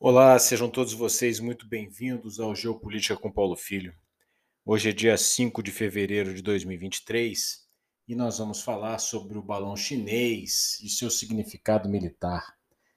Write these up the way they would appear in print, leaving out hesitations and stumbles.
Olá, sejam todos vocês muito bem-vindos ao Geopolítica com Paulo Filho. Hoje é dia 5 de fevereiro de 2023 e nós vamos falar sobre o balão chinês e seu significado militar.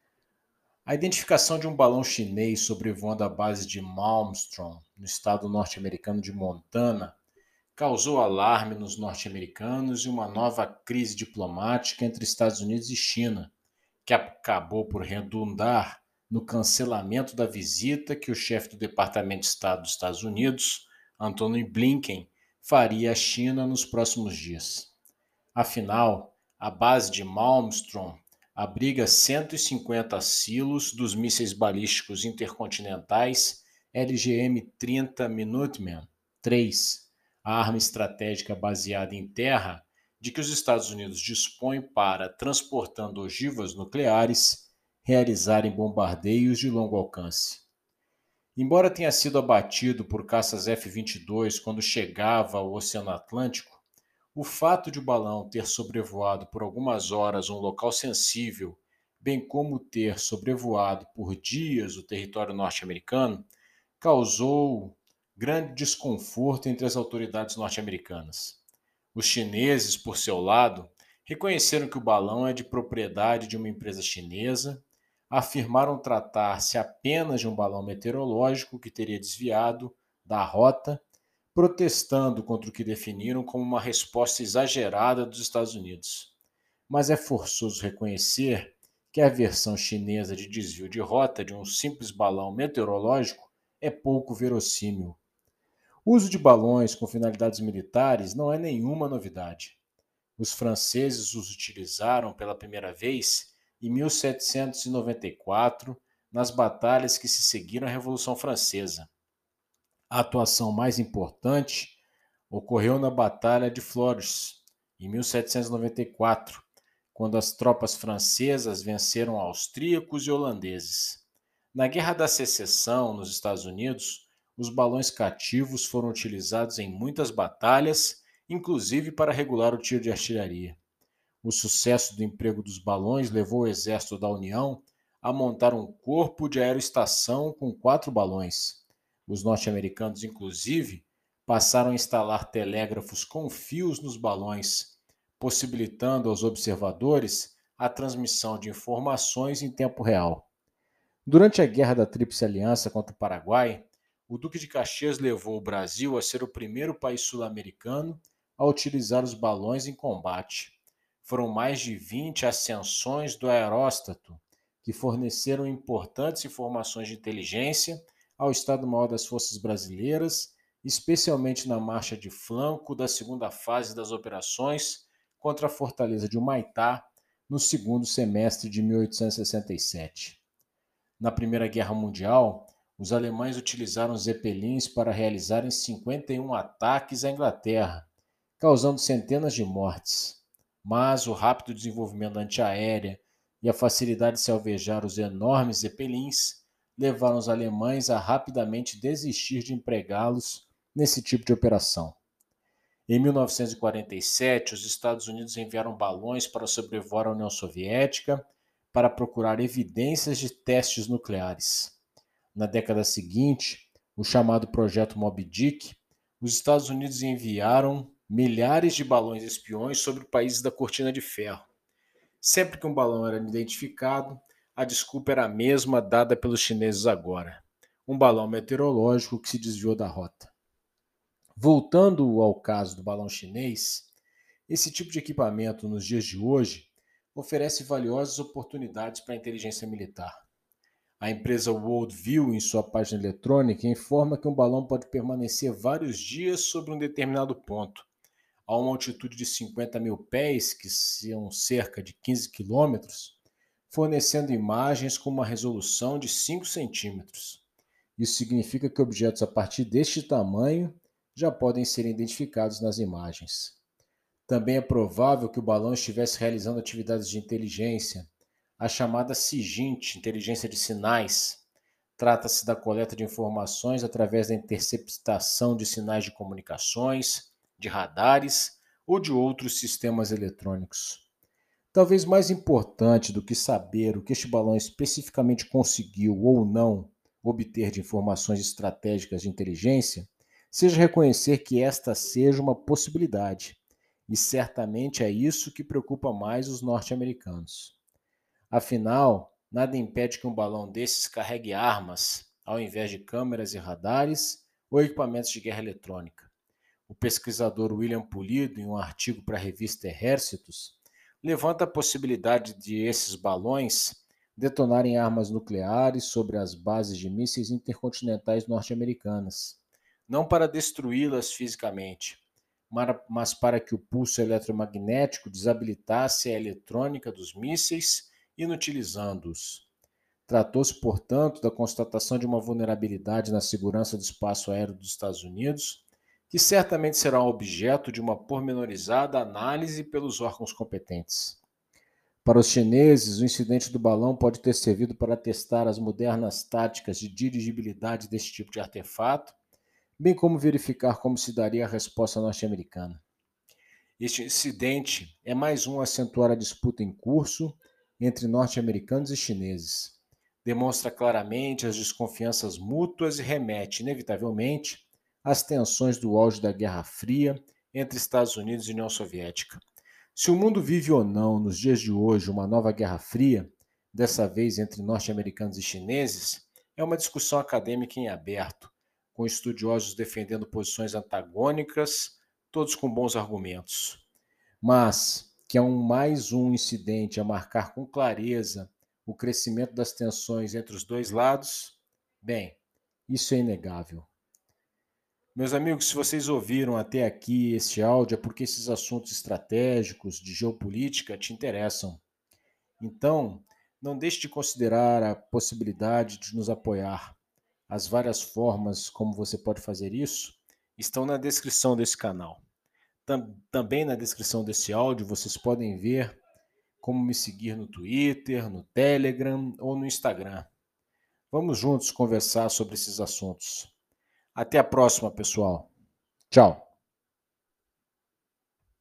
A identificação de um balão chinês sobrevoando a base de Malmstrom, no estado norte-americano de Montana, causou alarme nos norte-americanos e uma nova crise diplomática entre Estados Unidos e China, que acabou por redundar no cancelamento da visita que o chefe do Departamento de Estado dos Estados Unidos, Antony Blinken, faria à China nos próximos dias. Afinal, a base de Malmstrom abriga 150 silos dos mísseis balísticos intercontinentais LGM-30 Minuteman III, a arma estratégica baseada em terra de que os Estados Unidos dispõem para, transportando ogivas nucleares, realizarem bombardeios de longo alcance. Embora tenha sido abatido por caças F-22 quando chegava ao Oceano Atlântico, o fato de o balão ter sobrevoado por algumas horas um local sensível, bem como ter sobrevoado por dias o território norte-americano, causou grande desconforto entre as autoridades norte-americanas. Os chineses, por seu lado, reconheceram que o balão é de propriedade de uma empresa chinesa, afirmaram tratar-se apenas de um balão meteorológico que teria desviado da rota, protestando contra o que definiram como uma resposta exagerada dos Estados Unidos. Mas é forçoso reconhecer que a versão chinesa de desvio de rota de um simples balão meteorológico é pouco verossímil. O uso de balões com finalidades militares não é nenhuma novidade. Os franceses os utilizaram pela primeira vez em 1794, nas batalhas que se seguiram à Revolução Francesa. A atuação mais importante ocorreu na Batalha de Flores, em 1794, quando as tropas francesas venceram austríacos e holandeses. Na Guerra da Secessão, nos Estados Unidos, os balões cativos foram utilizados em muitas batalhas, inclusive para regular o tiro de artilharia. O sucesso do emprego dos balões levou o Exército da União a montar um corpo de aeroestação com 4 balões. Os norte-americanos, inclusive, passaram a instalar telégrafos com fios nos balões, possibilitando aos observadores a transmissão de informações em tempo real. Durante a Guerra da Tríplice Aliança contra o Paraguai, o Duque de Caxias levou o Brasil a ser o primeiro país sul-americano a utilizar os balões em combate. Foram mais de 20 ascensões do aeróstato, que forneceram importantes informações de inteligência ao Estado-Maior das Forças Brasileiras, especialmente na marcha de flanco da segunda fase das operações contra a fortaleza de Humaitá no segundo semestre de 1867. Na Primeira Guerra Mundial, os alemães utilizaram zeppelins para realizarem 51 ataques à Inglaterra, causando centenas de mortes. Mas o rápido desenvolvimento da antiaérea e a facilidade de se alvejar os enormes zeppelins levaram os alemães a rapidamente desistir de empregá-los nesse tipo de operação. Em 1947, os Estados Unidos enviaram balões para sobrevoar a União Soviética para procurar evidências de testes nucleares. Na década seguinte, o chamado Projeto Moby Dick, os Estados Unidos enviaram milhares de balões espiões sobre países da Cortina de Ferro. Sempre que um balão era identificado, a desculpa era a mesma dada pelos chineses agora: um balão meteorológico que se desviou da rota. Voltando ao caso do balão chinês, esse tipo de equipamento nos dias de hoje oferece valiosas oportunidades para a inteligência militar. A empresa Worldview, em sua página eletrônica, informa que um balão pode permanecer vários dias sobre um determinado ponto, a uma altitude de 50 mil pés, que são cerca de 15 quilômetros, fornecendo imagens com uma resolução de 5 centímetros. Isso significa que objetos a partir deste tamanho já podem ser identificados nas imagens. Também é provável que o balão estivesse realizando atividades de inteligência, a chamada SIGINT, inteligência de sinais. Trata-se da coleta de informações através da interceptação de sinais de comunicações, de radares ou de outros sistemas eletrônicos. Talvez mais importante do que saber o que este balão especificamente conseguiu ou não obter de informações estratégicas de inteligência, seja reconhecer que esta seja uma possibilidade. E certamente é isso que preocupa mais os norte-americanos. Afinal, nada impede que um balão desses carregue armas, ao invés de câmeras e radares ou equipamentos de guerra eletrônica. O pesquisador William Pulido, em um artigo para a revista Exércitos, levanta a possibilidade de esses balões detonarem armas nucleares sobre as bases de mísseis intercontinentais norte-americanas, não para destruí-las fisicamente, mas para que o pulso eletromagnético desabilitasse a eletrônica dos mísseis, inutilizando-os. Tratou-se, portanto, da constatação de uma vulnerabilidade na segurança do espaço aéreo dos Estados Unidos, que certamente será objeto de uma pormenorizada análise pelos órgãos competentes. Para os chineses, o incidente do balão pode ter servido para testar as modernas táticas de dirigibilidade deste tipo de artefato, bem como verificar como se daria a resposta norte-americana. Este incidente é mais um a acentuar a disputa em curso entre norte-americanos e chineses. Demonstra claramente as desconfianças mútuas e remete, inevitavelmente, às tensões do auge da Guerra Fria entre Estados Unidos e União Soviética. Se o mundo vive ou não, nos dias de hoje, uma nova Guerra Fria, dessa vez entre norte-americanos e chineses, é uma discussão acadêmica em aberto, com estudiosos defendendo posições antagônicas, todos com bons argumentos. Mas que é mais um incidente a marcar com clareza o crescimento das tensões entre os dois lados, bem, isso é inegável. Meus amigos, se vocês ouviram até aqui este áudio, é porque esses assuntos estratégicos de geopolítica te interessam. Então, não deixe de considerar a possibilidade de nos apoiar. As várias formas como você pode fazer isso estão na descrição desse canal. Também na descrição desse áudio vocês podem ver como me seguir no Twitter, no Telegram ou no Instagram. Vamos juntos conversar sobre esses assuntos. Até a próxima, pessoal. Tchau.